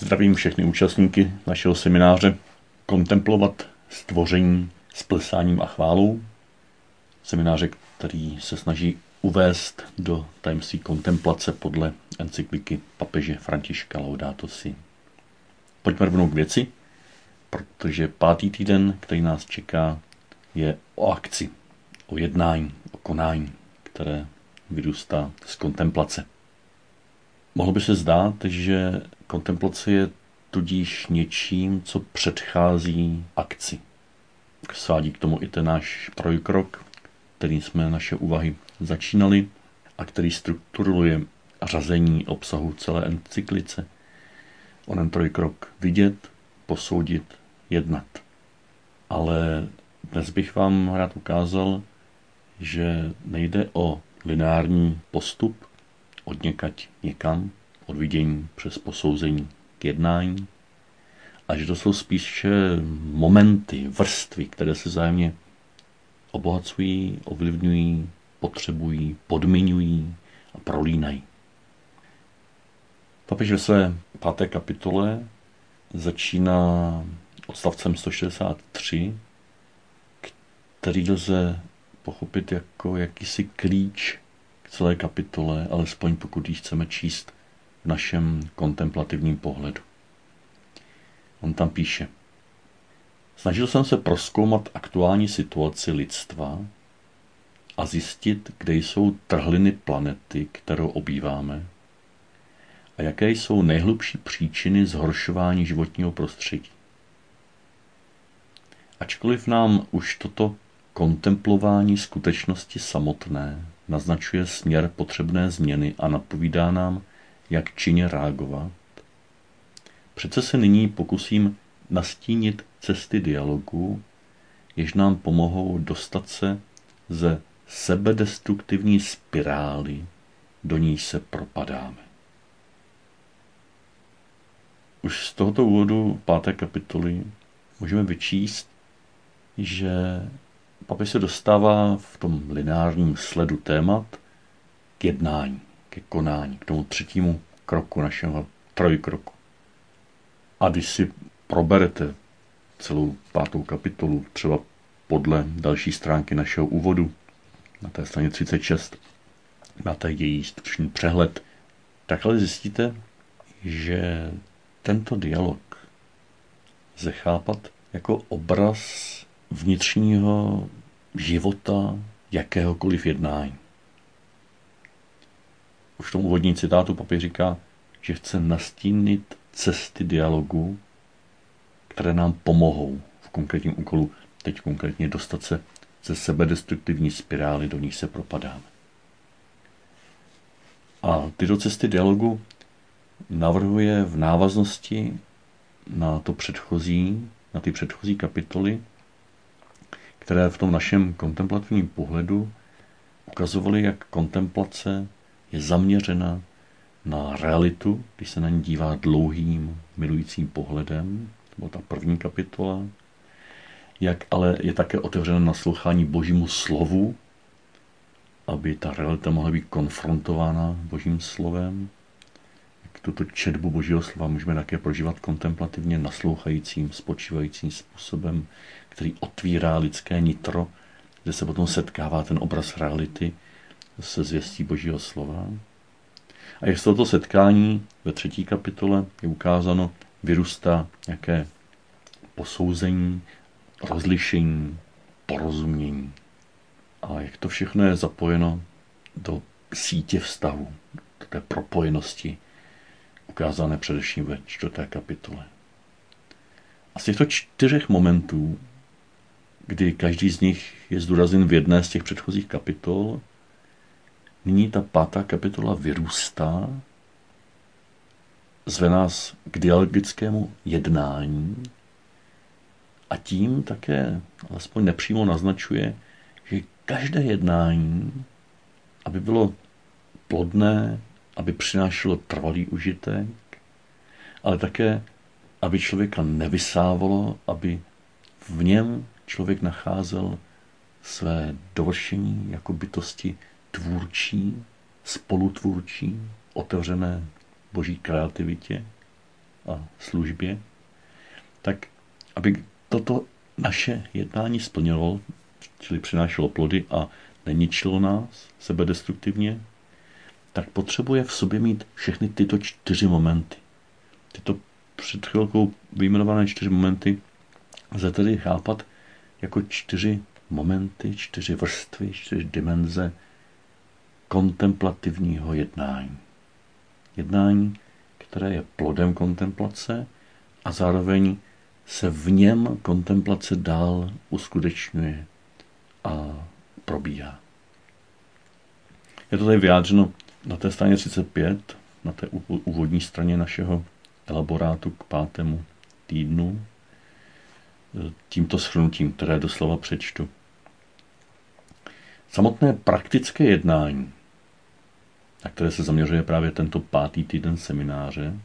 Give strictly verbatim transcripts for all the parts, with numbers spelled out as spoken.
Zdravím všechny účastníky našeho semináře Kontemplovat stvoření s plesáním a chválou. Semináře, který se snaží uvést do tajemství kontemplace podle encykliky papeže Františka Laudato Si. Pojďme rovnou k věci, protože pátý týden, který nás čeká, je o akci, o jednání, o konání, které vyrůstá z kontemplace. Mohlo by se zdát, že kontemplace je tudíž něčím, co předchází akci. Svádí k tomu i ten náš trojkrok, který jsme naše úvahy začínali a který strukturuje řazení obsahu celé encyklice. Onen trojkrok vidět, posoudit, jednat. Ale dnes bych vám rád ukázal, že nejde o lineární postup od někať někam, od vidění přes posouzení k jednání, a že to jsou spíše momenty, vrstvy, které se vzájemně obohacují, ovlivňují, potřebují, podmiňují a prolínají. Papež ve své páté kapitole začíná odstavcem sto šedesát tři, který lze pochopit jako jakýsi klíč k celé kapitole, alespoň pokud ji chceme číst v našem kontemplativním pohledu. On tam píše: Snažil jsem se prozkoumat aktuální situaci lidstva a zjistit, kde jsou trhliny planety, kterou obýváme, a jaké jsou nejhlubší příčiny zhoršování životního prostředí. Ačkoliv nám už toto kontemplování skutečnosti samotné naznačuje směr potřebné změny a napovídá nám, jak činně reagovat, přece se nyní pokusím nastínit cesty dialogu, jež nám pomohou dostat se ze sebedestruktivní spirály, do níž se propadáme. Už z tohoto úvodu páté kapitoly můžeme vyčíst, že papež se dostává v tom lineárním sledu témat k jednání, ke konání, k tomu třetímu kroku našeho trojkroku. A když si proberete celou pátou kapitolu, třeba podle další stránky našeho úvodu, na té straně třicet šest, máte její stručný přehled, takhle zjistíte, že tento dialog lze chápat jako obraz vnitřního života jakéhokoliv jednání. Už v tom úvodním citátu papež říká, že chce nastínit cesty dialogu, které nám pomohou v konkrétním úkolu, teď konkrétně dostat se ze sebedestruktivní spirály, do níž se propadáme. A tyto cesty dialogu navrhuje v návaznosti na to předchozí, na ty předchozí kapitoly, které v tom našem kontemplativním pohledu ukazovaly, jak kontemplace je zaměřena na realitu, když se na ní dívá dlouhým, milujícím pohledem, to byla ta první kapitola, jak ale je také otevřena naslouchání Božímu slovu, aby ta realita mohla být konfrontována Božím slovem. Jak tuto četbu Božího slova můžeme také prožívat kontemplativně naslouchajícím, spočívajícím způsobem, který otvírá lidské nitro, kde se potom setkává ten obraz reality se zvěstí Božího slova. A jak z tohoto setkání ve třetí kapitole je ukázáno, vyrůstá nějaké posouzení, rozlišení, porozumění. A jak to všechno je zapojeno do sítě vztahů, do té propojenosti, ukázané především ve čtvrté kapitole. A z těchto čtyřech momentů, kdy každý z nich je zdůrazněn v jedné z těch předchozích kapitol, nyní ta pátá kapitola vyrůstá, zve nás k dialogickému jednání a tím také alespoň nepřímo naznačuje, že každé jednání, aby bylo plodné, aby přinášelo trvalý užitek, ale také, aby člověka nevysávalo, aby v něm člověk nacházel své dovršení jako bytosti tvůrčí, spolutvůrčí, otevřené Boží kreativitě, a službě, tak aby toto naše jednání splnilo, čili přinášelo plody a neničilo nás sebedestruktivně, tak potřebuje v sobě mít všechny tyto čtyři momenty. Tyto před chvilkou vyjmenované čtyři momenty lze tedy chápat jako čtyři momenty, čtyři vrstvy, čtyři dimenze kontemplativního jednání. Jednání, které je plodem kontemplace a zároveň se v něm kontemplace dál uskutečňuje a probíhá. Je to tady vyjádřeno na té straně třicet pět, na té úvodní straně našeho elaborátu k pátému týdnu, tímto shrnutím, které doslova přečtu. Samotné praktické jednání, na které se zaměřuje právě tento pátý týden semináře,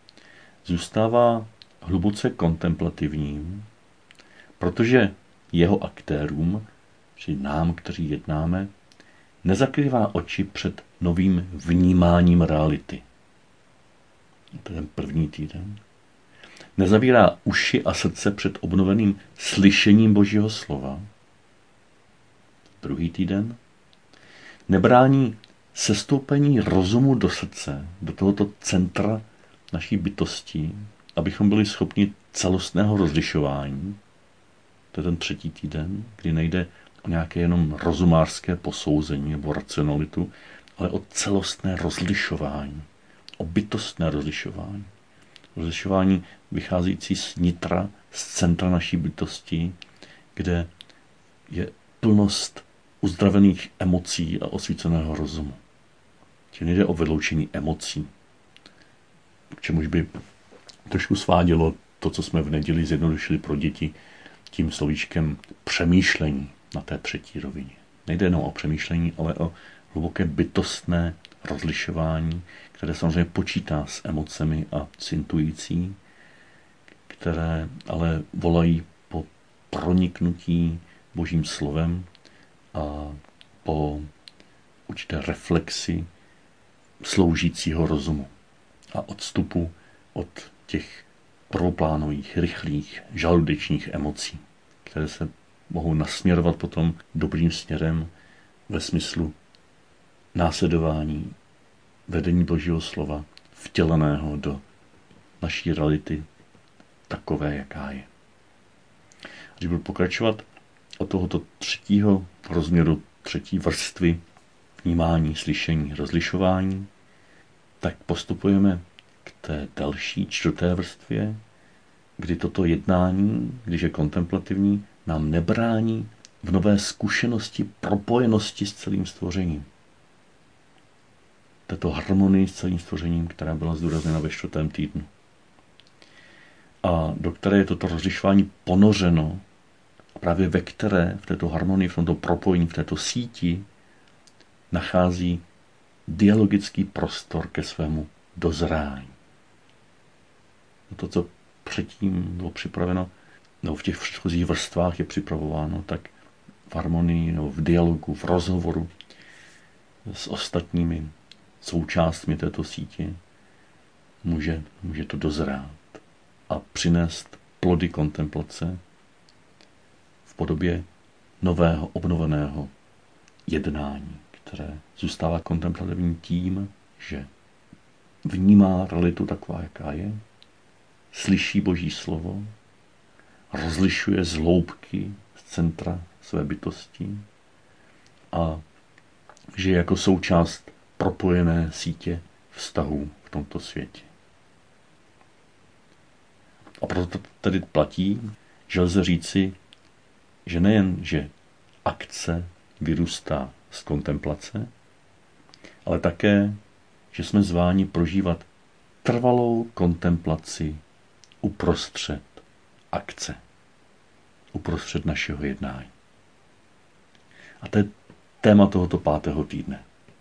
zůstává hluboce kontemplativním, protože jeho aktérům, či nám, kteří jednáme, nezakrývá oči před novým vnímáním reality. To je ten první týden. Nezavírá uši a srdce před obnoveným slyšením Božího slova. Druhý týden. Nebrání sestoupení rozumu do srdce, do tohoto centra naší bytosti, abychom byli schopni celostného rozlišování. To je ten třetí týden, kdy nejde o nějaké jenom rozumářské posouzení nebo racionalitu, ale o celostné rozlišování, o bytostné rozlišování. Rozlišování vycházející z nitra, z centra naší bytosti, kde je plnost uzdravených emocí a osvíceného rozumu. Čili nejde o vyloučení emocí, k čemuž by trošku svádělo to, co jsme v neděli zjednodušili pro děti tím slovíčkem přemýšlení na té třetí rovině. Nejde jenom o přemýšlení, ale o hluboké bytostné rozlišování, které samozřejmě počítá s emocemi a s intuicí, které ale volají po proniknutí Božím slovem a po určité reflexi sloužícího rozumu a odstupu od těch prvoplánových, rychlých, žaludečních emocí, které se mohou nasměrovat potom dobrým směrem ve smyslu následování vedení Božího slova vtěleného do naší reality takové, jaká je. Když budu pokračovat od tohoto třetího rozměru, třetí vrstvy vnímání, slyšení, rozlišování, tak postupujeme k té další čtvrté vrstvě, kdy toto jednání, když je kontemplativní, nám nebrání v nové zkušenosti propojenosti s celým stvořením. Této harmonii s celým stvořením, která byla zdůrazněna ve čtvrtém týdnu. A do které je toto rozlišování ponořeno, právě ve které v této harmonii, v tomto propojení, v této síti nachází dialogický prostor ke svému dozrání. To, co předtím bylo připraveno, nebo v těch předchozích vrstvách je připravováno, tak v harmonii, nebo v dialogu, v rozhovoru s ostatními součástmi této sítě může, může to dozrát a přinést plody kontemplace v podobě nového, obnoveného jednání, které zůstává kontemplativním tím, že vnímá realitu taková, jaká je, slyší Boží slovo, rozlišuje z hloubky, z centra své bytosti a že jako součást propojené sítě vztahů v tomto světě. A proto tedy platí, že lze říci, že nejen, že akce vyrůstá z kontemplace, ale také, že jsme zváni prožívat trvalou kontemplaci uprostřed akce, uprostřed našeho jednání. A to je téma tohoto pátého týdne.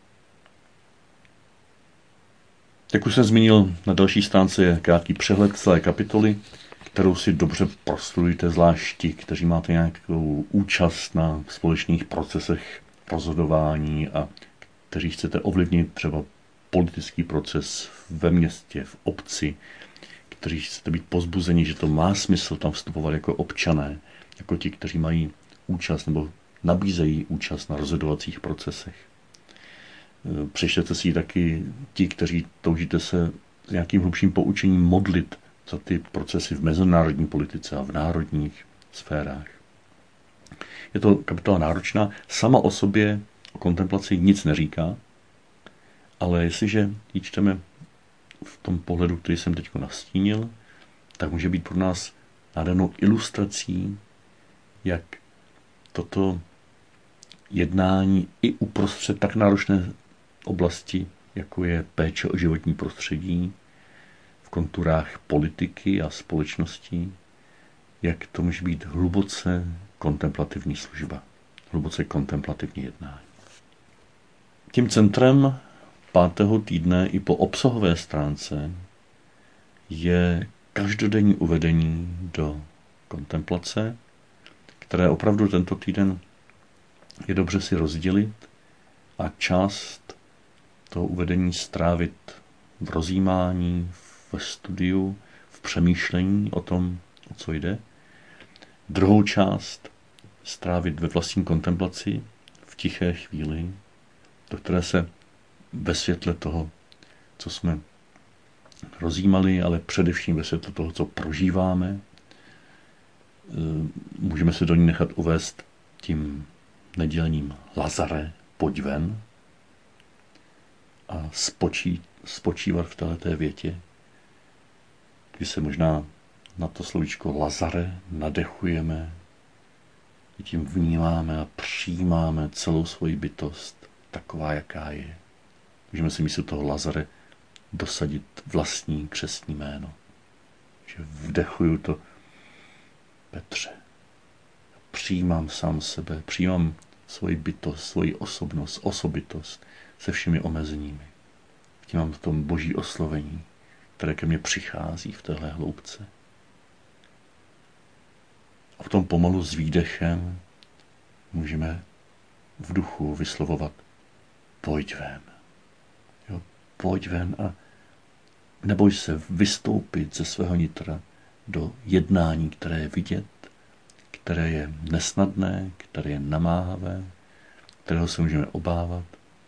Jak už jsem zmínil, na další stránce je krátký přehled celé kapitoly, kterou si dobře prostudujte, zvlášť ti, kteří máte nějakou účast na společných procesech rozhodování a kteří chcete ovlivnit třeba politický proces ve městě, v obci, kteří chcete být pozbuzeni, že to má smysl tam vstupovat jako občané, jako ti, kteří mají účast nebo nabízejí účast na rozhodovacích procesech. Přečtěte si taky ti, kteří toužíte se s nějakým hlubším poučením modlit za ty procesy v mezinárodní politice a v národních sférách. Je to kapitola náročná, sama o sobě o kontemplaci nic neříká, ale jestliže ji čteme v tom pohledu, který jsem teď nastínil, tak může být pro nás nádhernou ilustrací, jak toto jednání i uprostřed tak náročné oblasti, jako je péče o životní prostředí, v konturách politiky a společnosti, jak to může být hluboce kontemplativní služba, hluboce kontemplativní jednání. Tím centrem pátého týdne i po obsahové stránce je každodenní uvedení do kontemplace, které opravdu tento týden je dobře si rozdělit a část toho uvedení strávit v rozjímání, ve studiu, v přemýšlení o tom, o co jde. Druhou část strávit ve vlastní kontemplaci, v tiché chvíli, do které se ve světle toho, co jsme rozjímali, ale především ve světle toho, co prožíváme, můžeme se do ní nechat uvést tím nedělním Lazare, pojď ven, a spočí, spočívat v této větě, kdy se možná na to slovíčko Lazare nadechujeme, kdy tím vnímáme a přijímáme celou svoji bytost, taková, jaká je. Můžeme si místo toho Lazare dosadit vlastní křestní jméno. Že vdechuju to Petře. Přijímám sám sebe, přijímám svoji bytost, svoji osobnost, osobitost se všemi omezeními. Vnímám v tom boží oslovení, které ke mně přichází v téhle hloubce. A v tom pomalu s výdechem můžeme v duchu vyslovovat pojď ven. Jo, pojď ven a neboj se vystoupit ze svého nitra do jednání, které je vidět, které je nesnadné, které je namáhavé, kterého se můžeme obávat.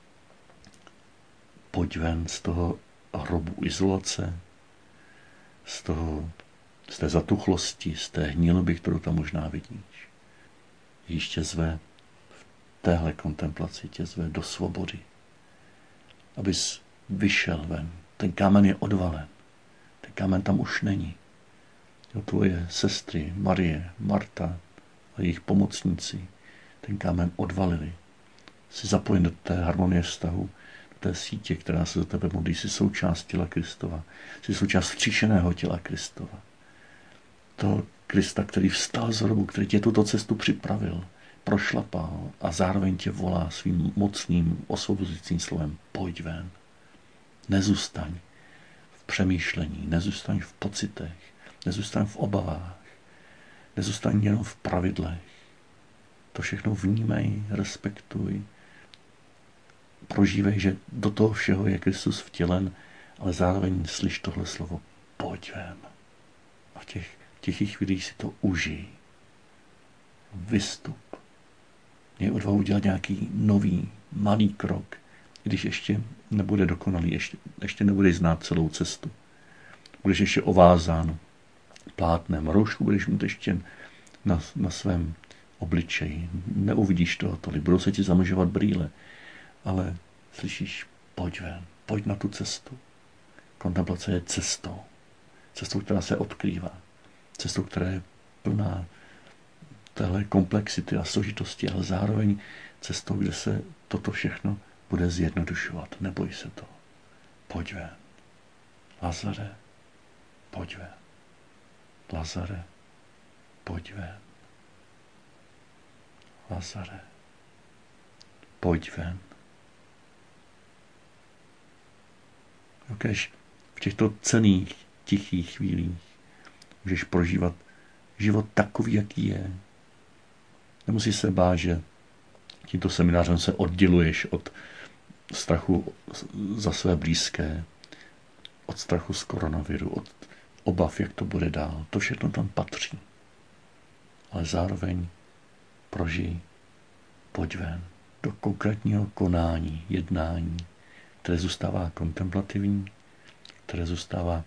Pojď ven z toho hrobu izolace, z, toho, z té zatuchlosti, z té hniloby, kterou tam možná vidíš. Ježíš tě zve v téhle kontemplaci, tě zve do svobody, abys vyšel ven. Ten kámen je odvalen. Ten kámen tam už není. Jo, tvoje sestry, Marie, Marta a jejich pomocníci ten kámen odvalili. Jsi zapojen do té harmonie vztahu, do té sítě, která se za tebe modlí. Jsi součást těla Kristova. Jsi součást vstříšeného těla Kristova. Toho Krista, který vstal z hrobu, který tě tuto cestu připravil, prošlapal a zároveň tě volá svým mocným osvobozujícím slovem pojď ven. Nezůstaň v přemýšlení, nezůstaň v pocitech, nezůstaň v obavách, nezůstaň jenom v pravidlech. To všechno vnímej, respektuj, prožívej, že do toho všeho je Kristus vtělen, ale zároveň slyš tohle slovo pojď ven. A v těch tichých chvílích si to užij. Vystup. Měj odvahu udělat nějaký nový, malý krok, i když ještě nebude dokonalý, ještě, ještě nebudeš znát celou cestu. Budeš ještě ovázán plátnem, roušku budeš mít ještě na, na svém obličeji. Neuvidíš toho tolik, budou se ti zamlžovat brýle, ale slyšíš, pojď ven, pojď na tu cestu. Kontemplace je cestou. Cestou, která se odkrývá. Cestou, která je plná téhle komplexity a složitosti, ale zároveň cestou, kde se toto všechno bude zjednodušovat. Neboj se toho. Pojď ven. Lazare, pojď ven. Lazare, pojď ven. Lazare, pojď ven. Když v těchto cenných, tichých chvílích můžeš prožívat život takový, jaký je. Nemusíš se bát, že tímto seminářem se odděluješ od strachu za své blízké, od strachu z koronaviru, od, obav, jak to bude dál. To všechno tam patří. Ale zároveň prožij, pojď ven do konkrétního konání, jednání, které zůstává kontemplativní, které zůstává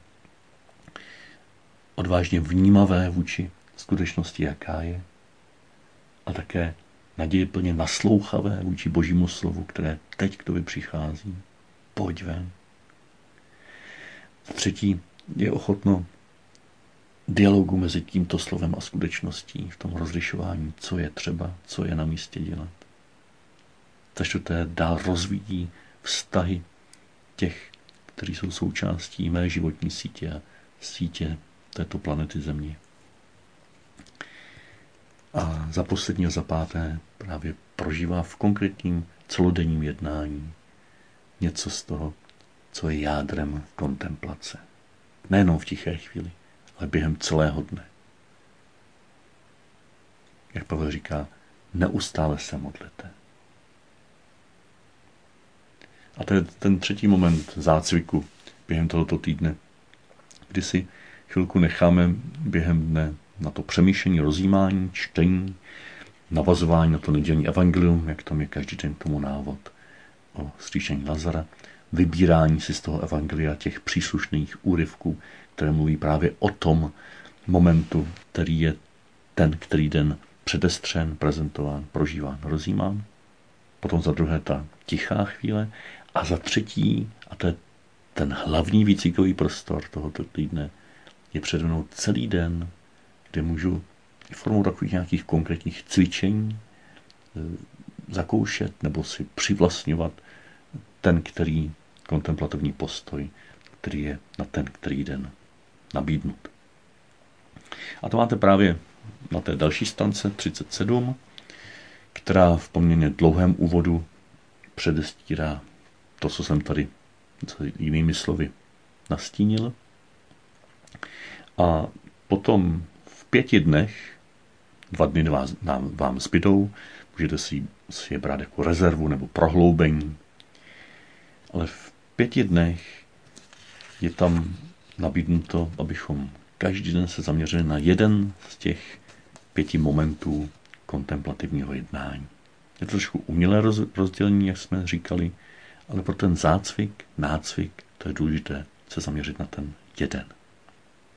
odvážně vnímavé vůči skutečnosti, jaká je, a také nadějeplně naslouchavé vůči Božímu slovu, které teď k tobě přichází. Pojď ven. Třetí je ochotno dialogu mezi tímto slovem a skutečností, v tom rozlišování, co je třeba, co je na místě dělat. Za čtvrté dál rozvíjí vztahy těch, kteří jsou součástí mé životní sítě a sítě této planety Země. A za poslední a za páté právě prožívá v konkrétním celodenním jednání něco z toho, co je jádrem kontemplace. Nejenom v tiché chvíli, ale během celého dne. Jak Pavel říká, neustále se modlete. A to je ten třetí moment zácviku během tohoto týdne, kdy si chvilku necháme během dne na to přemýšlení, rozjímání, čtení, navazování na to nedělní evangelium, jak tam je každý den k tomu návod o vzkříšení Lazara, vybírání si z toho evangelia těch příslušných úryvků, které mluví právě o tom momentu, který je ten, který den předestřen, prezentován, prožíván, rozjímán. Potom za druhé ta tichá chvíle a za třetí, a to je ten hlavní výcvikový prostor tohoto týdne, je přede mnou celý den, kde můžu formou takových nějakých konkrétních cvičení zakoušet nebo si přivlastňovat ten, který kontemplativní postoj, který je na ten, který den nabídnut. A to máte právě na té další stránce třicet sedm, která v poměrně dlouhém úvodu předestírá to, co jsem tady jinými slovy nastínil. A potom v pěti dnech, dva dny vám, vám zbydou, můžete si, si je brát jako rezervu nebo prohloubení, ale v pěti dnech je tam nabídnuto, abychom každý den se zaměřili na jeden z těch pěti momentů kontemplativního jednání. Je to trošku umělé rozdělení, jak jsme říkali, ale pro ten zácvik, nácvik, to je důležité se zaměřit na ten jeden.